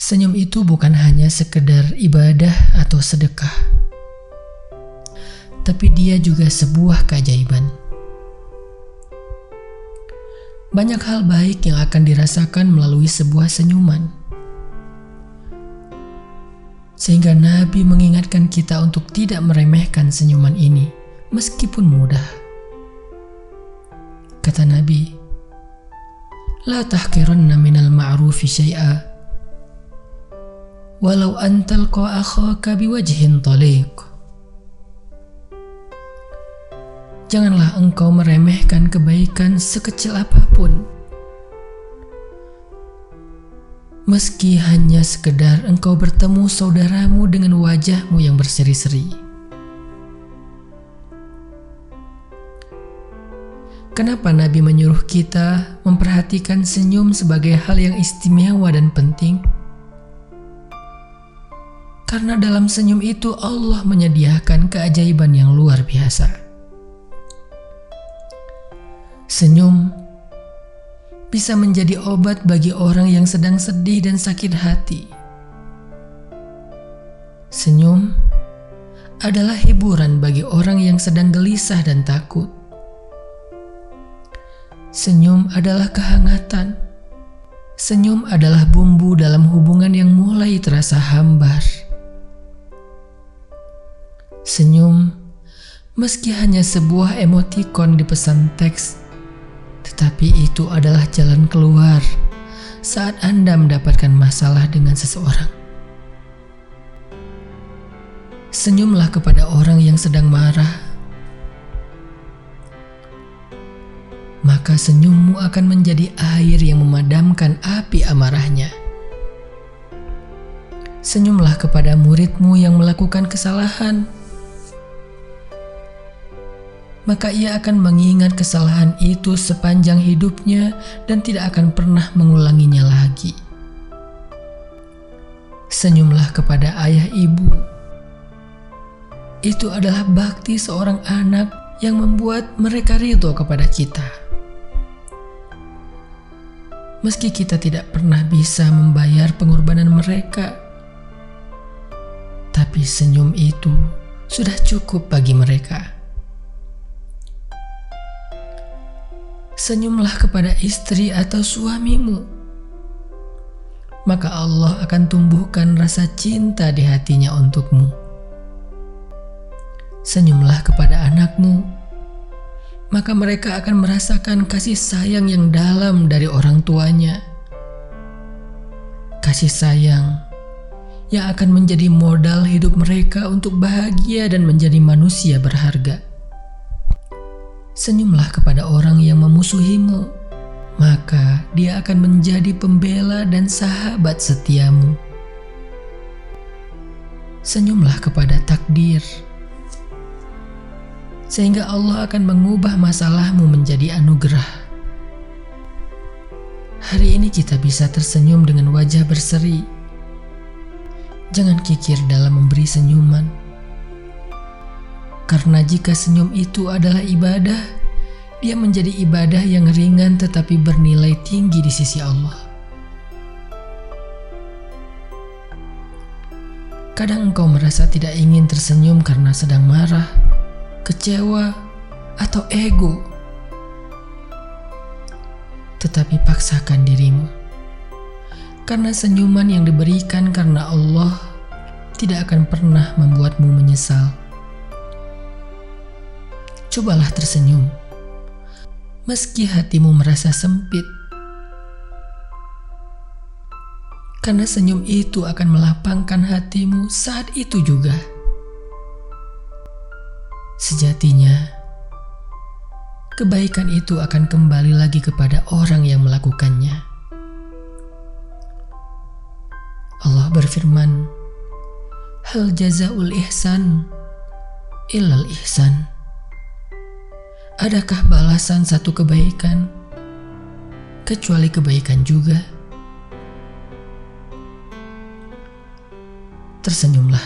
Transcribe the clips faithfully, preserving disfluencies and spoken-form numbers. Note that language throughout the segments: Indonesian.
Senyum itu bukan hanya sekedar ibadah atau sedekah, tapi dia juga sebuah keajaiban. Banyak hal baik yang akan dirasakan melalui sebuah senyuman. Sehingga Nabi mengingatkan kita untuk tidak meremehkan senyuman ini, meskipun mudah. Kata Nabi, "La tahqiranna minal ma'rufi syai'a, walau an talqa akhaka biwajhin taliq." Janganlah engkau meremehkan kebaikan sekecil apapun, meski hanya sekedar engkau bertemu saudaramu dengan wajahmu yang berseri-seri. Kenapa Nabi menyuruh kita memperhatikan senyum sebagai hal yang istimewa dan penting? Karena dalam senyum itu Allah menyediakan keajaiban yang luar biasa. Senyum bisa menjadi obat bagi orang yang sedang sedih dan sakit hati. Senyum adalah hiburan bagi orang yang sedang gelisah dan takut. Senyum adalah kehangatan. Senyum adalah bumbu dalam hubungan yang mulai terasa hambar. Senyum, meski hanya sebuah emotikon di pesan teks, tetapi itu adalah jalan keluar saat Anda mendapatkan masalah dengan seseorang. Senyumlah kepada orang yang sedang marah, maka senyummu akan menjadi air yang memadamkan api amarahnya. Senyumlah kepada muridmu yang melakukan kesalahan, maka ia akan mengingat kesalahan itu sepanjang hidupnya dan tidak akan pernah mengulanginya lagi. Senyumlah kepada ayah ibu. Itu adalah bakti seorang anak yang membuat mereka ridho kepada kita. Meski kita tidak pernah bisa membayar pengorbanan mereka, tapi senyum itu sudah cukup bagi mereka. Senyumlah kepada istri atau suamimu, maka Allah akan tumbuhkan rasa cinta di hatinya untukmu. Senyumlah kepada anakmu, maka mereka akan merasakan kasih sayang yang dalam dari orang tuanya. Kasih sayang yang akan menjadi modal hidup mereka untuk bahagia dan menjadi manusia berharga. Senyumlah kepada orang yang memusuhimu, maka dia akan menjadi pembela dan sahabat setiamu. Senyumlah kepada takdir, sehingga Allah akan mengubah masalahmu menjadi anugerah. Hari ini kita bisa tersenyum dengan wajah berseri. Jangan kikir dalam memberi senyuman. Karena jika senyum itu adalah ibadah, dia menjadi ibadah yang ringan tetapi bernilai tinggi di sisi Allah. Kadang engkau merasa tidak ingin tersenyum karena sedang marah, kecewa, atau ego. Tetapi paksakan dirimu. Karena senyuman yang diberikan karena Allah tidak akan pernah membuatmu menyesal. Cobalah tersenyum, meski hatimu merasa sempit. Karena senyum itu akan melapangkan hatimu saat itu juga. Sejatinya, kebaikan itu akan kembali lagi kepada orang yang melakukannya. Allah berfirman, "Hal jazaul ihsan illal ihsan." Adakah balasan satu kebaikan kecuali kebaikan juga? Tersenyumlah,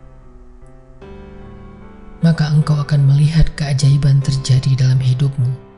maka engkau akan melihat keajaiban terjadi dalam hidupmu.